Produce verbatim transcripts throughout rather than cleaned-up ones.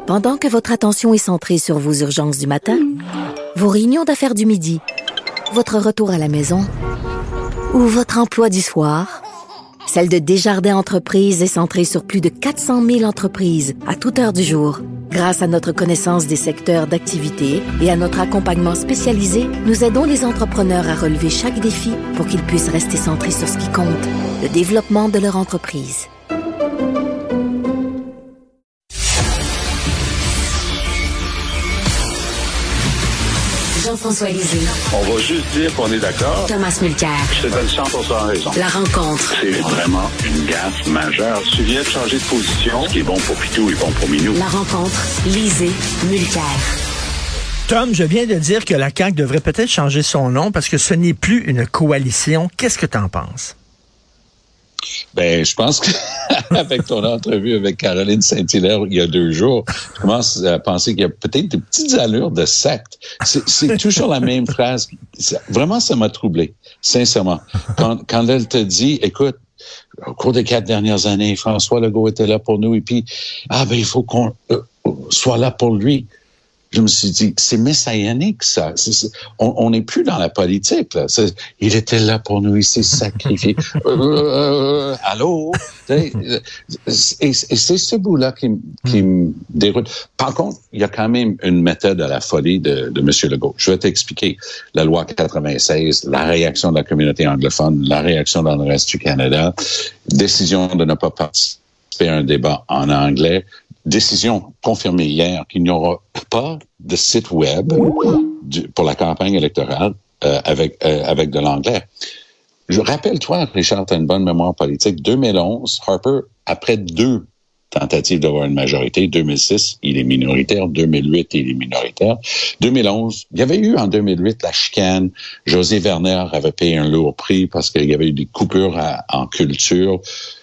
Pendant que votre attention est centrée sur vos urgences du matin, vos réunions d'affaires du midi, votre retour à la maison ou votre emploi du soir, celle de Desjardins Entreprises est centrée sur plus de quatre cent mille entreprises à toute heure du jour. Grâce à notre connaissance des secteurs d'activité et à notre accompagnement spécialisé, nous aidons les entrepreneurs à relever chaque défi pour qu'ils puissent rester centrés sur ce qui compte, le développement de leur entreprise. Jean-François Lisée. On va juste dire qu'on est d'accord. Thomas Mulcair. Je te donne cent pour cent raison. La rencontre. C'est vraiment une gaffe majeure. Tu viens de changer de position. Ce qui est bon pour Pitou est bon pour Minou. La rencontre. Lisée. Mulcair. Tom, je viens de dire que la C A Q devrait peut-être changer son nom parce que ce n'est plus une coalition. Qu'est-ce que tu en penses? Ben, je pense que avec ton entrevue avec Caroline Saint-Hilaire il y a deux jours, je commence à penser qu'il y a peut-être des petites allures de secte. C'est, c'est toujours la même phrase. Vraiment, ça m'a troublé, sincèrement. Quand, quand elle te dit, écoute, au cours des quatre dernières années, François Legault était là pour nous, et puis, ah ben, il faut qu'on euh, soit là pour lui. Je me suis dit, c'est messianique, ça. C'est, c'est, on n'est plus dans la politique, là. C'est, il était là pour nous, il s'est sacrifié. euh, euh, allô? Et, et c'est ce bout-là qui, qui me déroute. Par contre, il y a quand même une méthode à la folie de, de M. Legault. Je vais t'expliquer. La loi quatre-vingt-seize, la réaction de la communauté anglophone, la réaction dans le reste du Canada, décision de ne pas participer à un débat en anglais, décision confirmée hier qu'il n'y aura pas de site web du, pour la campagne électorale euh, avec euh, avec de l'anglais. Je rappelle-toi, Richard, tu as une bonne mémoire politique. deux mille onze, Harper, après deux tentatives d'avoir une majorité, deux mille six, il est minoritaire, deux mille huit, il est minoritaire. deux mille onze, il y avait eu en deux mille huit la chicane. José Werner avait payé un lourd prix parce qu'il y avait eu des coupures à, en culture.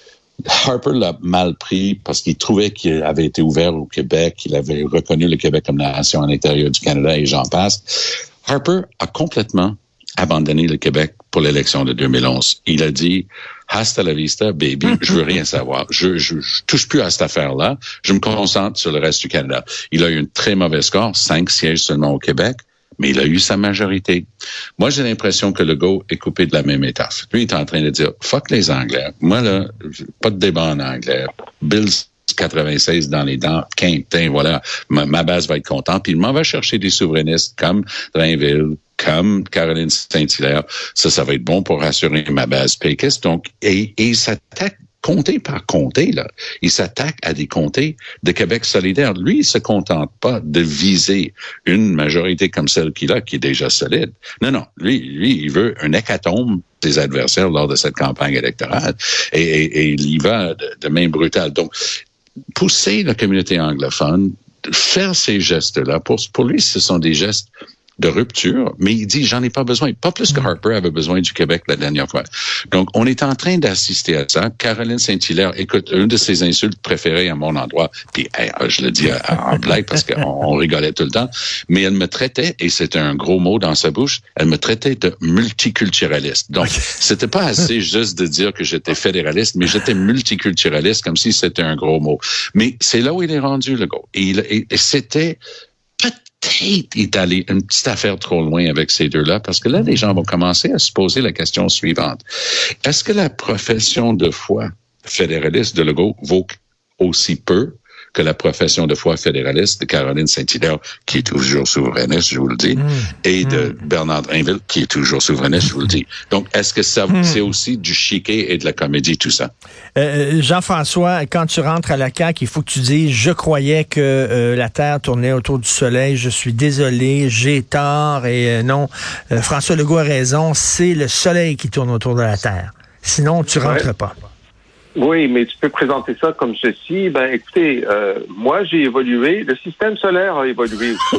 Harper l'a mal pris parce qu'il trouvait qu'il avait été ouvert au Québec, qu'il avait reconnu le Québec comme la nation à l'intérieur du Canada et j'en passe. Harper a complètement abandonné le Québec pour l'élection de deux mille onze. Il a dit « Hasta la vista, baby, je veux rien savoir. Je, je, je touche plus à cette affaire-là. Je me concentre sur le reste du Canada. » Il a eu un très mauvais score, cinq sièges seulement au Québec. Mais il a eu sa majorité. Moi, j'ai l'impression que Legault est coupé de la même étoffe. Lui, il est en train de dire, fuck les Anglais. Moi, là, pas de débat en anglais. Bills quatre-vingt-seize dans les dents. Quintin, voilà. Ma, ma base va être contente. Puis il m'en va chercher des souverainistes comme Drainville, comme Caroline Saint-Hilaire. Ça, ça va être bon pour rassurer ma base péquiste. Donc, et, et il s'attaque comté par comté, là. Il s'attaque à des comtés de Québec solidaire. Lui, il se contente pas de viser une majorité comme celle qu'il a, qui est déjà solide. Non, non. Lui, lui, il veut un hécatombe des adversaires lors de cette campagne électorale. Et, et, et il y va de, de main brutale. Donc, pousser la communauté anglophone, faire ces gestes-là, pour, pour lui, ce sont des gestes de rupture, mais il dit, j'en ai pas besoin. Pas plus que Harper avait besoin du Québec la dernière fois. Donc, on est en train d'assister à ça. Caroline Saint-Hilaire, écoute, une de ses insultes préférées à mon endroit, puis hey, je le dis en blague parce qu'on on rigolait tout le temps, mais elle me traitait, et c'était un gros mot dans sa bouche, elle me traitait de multiculturaliste. Donc, c'était pas assez juste de dire que j'étais fédéraliste, mais j'étais multiculturaliste, comme si c'était un gros mot. Mais c'est là où il est rendu, le gars. Et, il, et, et c'était peut-être il est allé une petite affaire trop loin avec ces deux-là, parce que là, les gens vont commencer à se poser la question suivante. Est-ce que la profession de foi fédéraliste de Legault vaut aussi peu que la profession de foi fédéraliste de Caroline Saint-Hilaire, qui est toujours souverainiste, je vous le dis, mmh. et de mmh. Bernard Drainville, qui est toujours souverainiste, je vous le dis. Donc, est-ce que ça, mmh. c'est aussi du chiquet et de la comédie, tout ça? Euh, Jean-François, quand tu rentres à la C A Q, il faut que tu dises, je croyais que euh, la Terre tournait autour du Soleil, je suis désolé, j'ai tort, et euh, non, euh, François Legault a raison, c'est le Soleil qui tourne autour de la Terre. Sinon, tu rentres ouais. pas. Oui, mais tu peux présenter ça comme ceci. Ben, écoutez, euh, moi, j'ai évolué. Le système solaire a évolué aussi.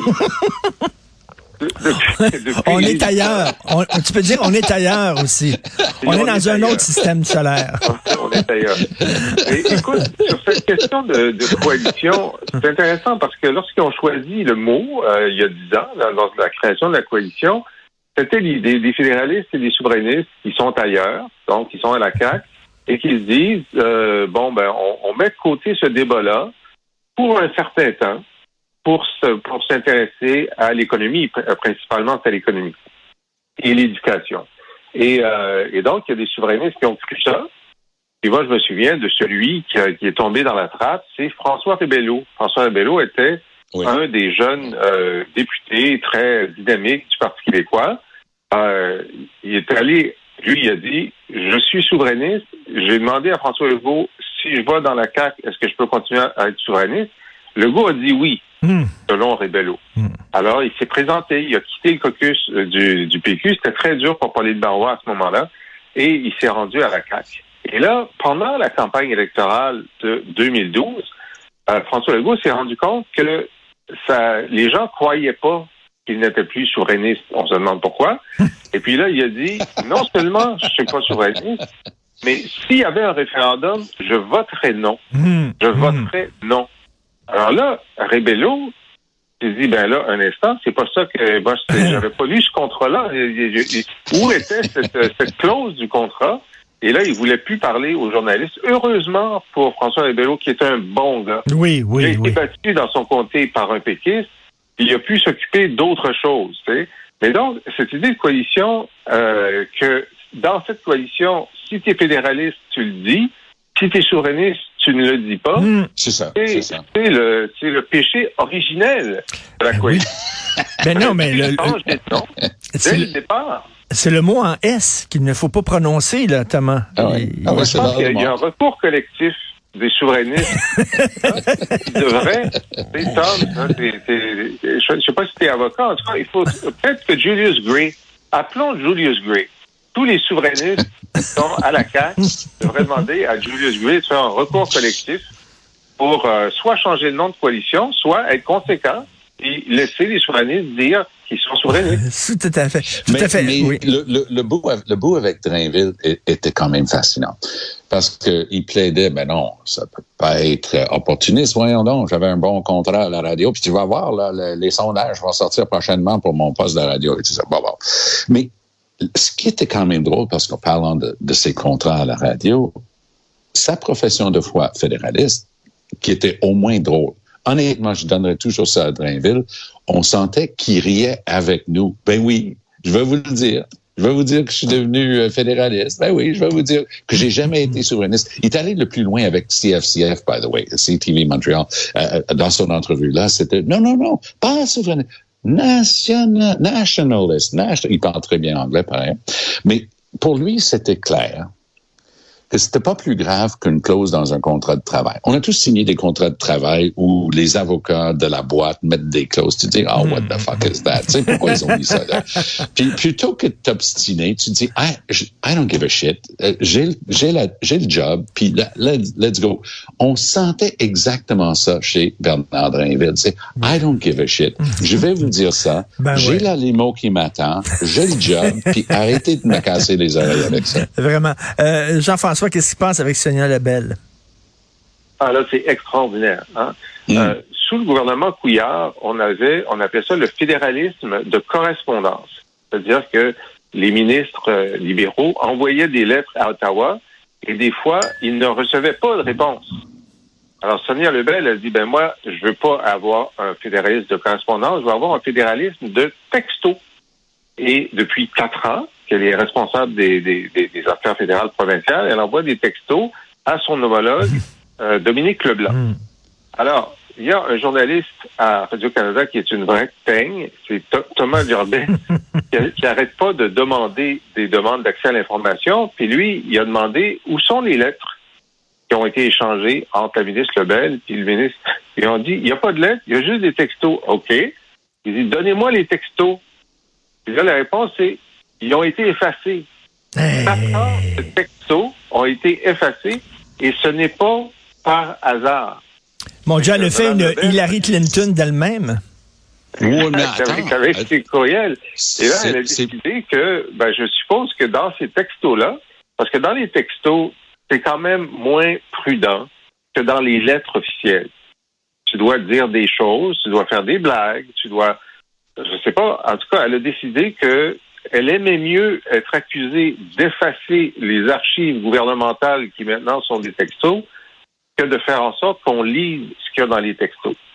de, depuis, depuis on est ailleurs. On, tu peux dire on est ailleurs aussi. On, on est dans est un ailleurs. autre système solaire. On est ailleurs. Et, écoute, sur cette question de, de coalition, c'est intéressant parce que lorsqu'ils ont choisi le mot, euh, il y a dix ans, lors de la création de la coalition, c'était l'idée des fédéralistes et des souverainistes qui sont ailleurs, donc qui sont à la C A Q, et qui se disent, euh, bon, ben, on, on met de côté ce débat-là pour un certain temps, pour se, pour s'intéresser à l'économie, principalement à l'économie et l'éducation. Et, euh, et donc, il y a des souverainistes qui ont cru ça. Et moi, je me souviens de celui qui, a, qui est tombé dans la trappe, c'est François Rebello. François Rebello était oui. un des jeunes euh, députés très dynamiques du Parti québécois. Euh, il est allé, lui, il a dit, je suis souverainiste. J'ai demandé à François Legault, si je vais dans la C A Q, est-ce que je peux continuer à être souverainiste? Legault a dit oui, mmh. selon Rebello. Mmh. Alors, il s'est présenté, il a quitté le caucus euh, du, du P Q. C'était très dur pour Pauline Marois à ce moment-là. Et il s'est rendu à la C A Q. Et là, pendant la campagne électorale de deux mille douze, euh, François Legault s'est rendu compte que ça, les gens croyaient pas qu'il n'était plus souverainiste. On se demande pourquoi. Et puis là, il a dit, non seulement je ne suis pas souverainiste, mais s'il y avait un référendum, je voterais non. Mmh. Je voterais non. Alors là, Rebello s'est dit, ben là, un instant, c'est pas ça que moi, j'avais pas lu ce contrat-là. Où était cette, cette clause du contrat? Et là, il voulait plus parler aux journalistes. Heureusement pour François Rebello, qui est un bon gars. Oui, oui, il a été oui. battu dans son comté par un péquiste. Il a pu s'occuper d'autres choses. Tu sais. Mais donc, cette idée de coalition, euh, que dans cette coalition, si tu es fédéraliste, tu le dis. Si tu es souverainiste, tu ne le dis pas. Mmh, c'est ça, c'est, c'est ça. C'est le, c'est le péché originel de la ben coalition. Oui. Ben non, mais le, le, c'est le départ. C'est le mot en S qu'il ne faut pas prononcer, là, Thomas. Ah ouais. Il, ah ouais, je pense qu'il y a, il y a un recours collectif des souverainistes qui devrait... C'est Tom, hein, c'est, c'est, je ne sais pas si tu es avocat. En tout cas, il faut peut-être que Julius Gray, appelons Julius Gray. Tous les souverainistes qui sont à la C A Q devraient demander à Julius Gray de faire un recours collectif pour euh, soit changer le nom de coalition, soit être conséquent et laisser les souverainistes dire qu'ils sont souverainistes. Tout à fait. Tout mais, à fait. Mais oui. le, le, le, bout, le bout avec Drainville était quand même fascinant. Parce qu'il plaidait, ben non, ça peut pas être opportuniste. Voyons donc, j'avais un bon contrat à la radio, puis tu vas voir, là, le, les sondages vont sortir prochainement pour mon poste de la radio. Et tout ça. Bon, bon. Mais ce qui était quand même drôle, parce qu'en parlant de, de ses contrats à la radio, sa profession de foi fédéraliste, qui était au moins drôle. Honnêtement, je donnerais toujours ça à Drainville. On sentait qu'il riait avec nous. Ben oui, je vais vous le dire. Je vais vous dire que je suis devenu fédéraliste. Ben oui, je vais vous dire que j'ai jamais été souverainiste. Il est allé le plus loin avec C F C F, by the way, C T V Montreal, euh, dans son entrevue-là. C'était, non, non, non, pas souverainiste. National, nationalist. National, il parle très bien anglais, pareil. Mais pour lui, c'était clair que c'était pas plus grave qu'une clause dans un contrat de travail. On a tous signé des contrats de travail où les avocats de la boîte mettent des clauses. Tu dis, oh, what the fuck is that? Tu sais, pourquoi ils ont mis ça là? Puis, plutôt que de t'obstiner, tu dis, I, I don't give a shit. J'ai, j'ai, la, j'ai le job, puis let's, let's go. On sentait exactement ça chez Bernard Drainville. C'est, I don't give a shit. Je vais vous dire ça. Ben j'ai ouais. la limo qui m'attend. J'ai le job, puis arrêtez de me casser les oreilles avec ça. Vraiment. Euh, Jean-François, qu'est-ce qui se passe avec Sonia Lebel? Ah là, c'est extraordinaire. Hein? Mm. Euh, sous le gouvernement Couillard, on avait, on appelait ça le fédéralisme de correspondance. C'est-à-dire que les ministres euh, libéraux envoyaient des lettres à Ottawa et des fois, ils ne recevaient pas de réponse. Alors, Sonia Lebel a dit, ben moi, je veux pas avoir un fédéralisme de correspondance, je veux avoir un fédéralisme de texto. Et depuis quatre ans, qu'elle est responsable des, des, des, des affaires fédérales provinciales, elle envoie des textos à son homologue, euh, Dominique Leblanc. Mm. Alors, il y a un journaliste à Radio-Canada qui est une vraie teigne, c'est Thomas Durbet, qui n'arrête pas de demander des demandes d'accès à l'information, puis lui, il a demandé où sont les lettres qui ont été échangées entre la ministre Lebel et le ministre. Ils ont dit, il n'y a pas de lettres, il y a juste des textos. OK. Il dit, donnez-moi les textos. Puis là, la réponse, c'est, ils ont été effacés. Quatre ans de textos ont été effacés et ce n'est pas par hasard. Mon Dieu, elle a fait une Hillary Clinton d'elle-même. Oui, mais attends. Avec ses courriels. Et là, elle a décidé que, ben, je suppose que dans ces textos-là, parce que dans les textos, c'est quand même moins prudent que dans les lettres officielles. Tu dois dire des choses, tu dois faire des blagues, tu dois, je sais pas, en tout cas, elle a décidé que elle aimait mieux être accusée d'effacer les archives gouvernementales qui maintenant sont des textos que de faire en sorte qu'on lise ce qu'il y a dans les textos.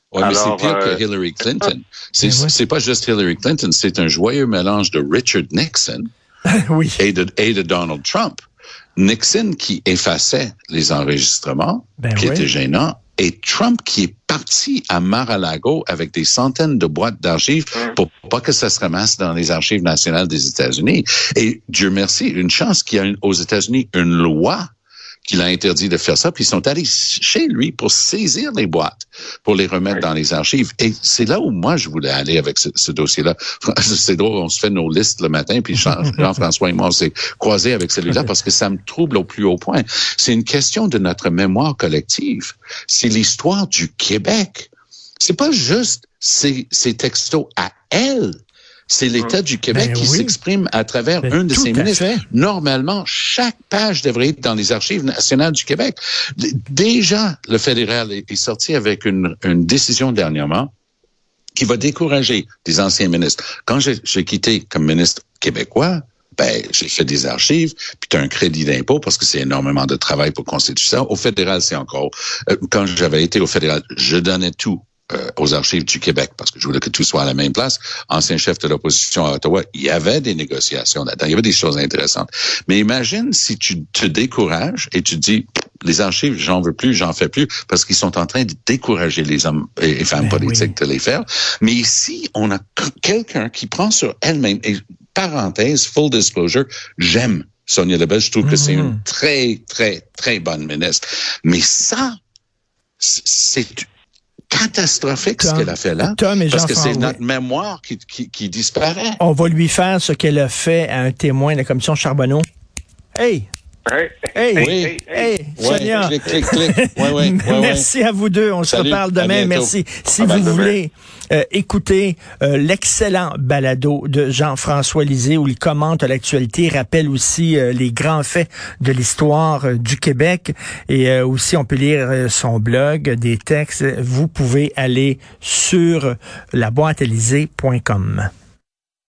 Oui, mais c'est pire euh... que Hillary Clinton. C'est, ouais. c'est pas juste Hillary Clinton, c'est un joyeux mélange de Richard Nixon oui. et, de, et de Donald Trump. Nixon qui effaçait les enregistrements, ben qui oui. était gênant, et Trump qui est parti à Mar-a-Lago avec des centaines de boîtes d'archives pour pas que ça se ramasse dans les archives nationales des États-Unis. Et Dieu merci, une chance qu'il y a une, aux États-Unis une loi qui l'a interdit de faire ça, puis ils sont allés chez lui pour saisir les boîtes, pour les remettre oui. dans les archives. Et c'est là où moi, je voulais aller avec ce, ce dossier-là. C'est drôle, on se fait nos listes le matin, puis Jean-François et moi, on s'est croisés avec celui-là parce que ça me trouble au plus haut point. C'est une question de notre mémoire collective. C'est l'histoire du Québec. C'est pas juste ces, ces textos à elle. C'est l'État du Québec ben qui oui. s'exprime à travers ben, un de ses ministres. Fait. Normalement, chaque page devrait être dans les archives nationales du Québec. Déjà, le fédéral est sorti avec une, une décision dernièrement qui va décourager des anciens ministres. Quand j'ai, j'ai quitté comme ministre québécois, ben, j'ai fait des archives, puis tu as un crédit d'impôt parce que c'est énormément de travail pour constituer ça. Au fédéral, c'est encore... Euh, quand j'avais été au fédéral, je donnais tout. Euh, aux archives du Québec, parce que je voulais que tout soit à la même place. Ancien chef de l'opposition à Ottawa, il y avait des négociations là-dedans, il y avait des choses intéressantes. Mais imagine si tu te décourages et tu dis, les archives, j'en veux plus, j'en fais plus, parce qu'ils sont en train de décourager les hommes et femmes ben politiques oui. de les faire. Mais ici, on a quelqu'un qui prend sur elle-même, et parenthèse, full disclosure, j'aime Sonia Lebel, je trouve mm-hmm. que c'est une très, très, très bonne ministre. Mais ça, c'est catastrophique Tom, ce qu'elle a fait là, Tom et parce que c'est oui. notre mémoire qui, qui, qui disparaît. On va lui faire ce qu'elle a fait à un témoin de la commission Charbonneau. Hey! Hey! Hey! Oui. Hey! hey ouais, Sonia! Clic, clic, clic. Ouais, ouais, ouais, Merci ouais. à vous deux. On Salut, se reparle demain. Merci. Si vous voulez euh, écouter euh, l'excellent balado de Jean-François Lisée où il commente l'actualité, rappelle aussi euh, les grands faits de l'histoire euh, du Québec et euh, aussi on peut lire euh, son blog, des textes. Vous pouvez aller sur la boîte élysée point com.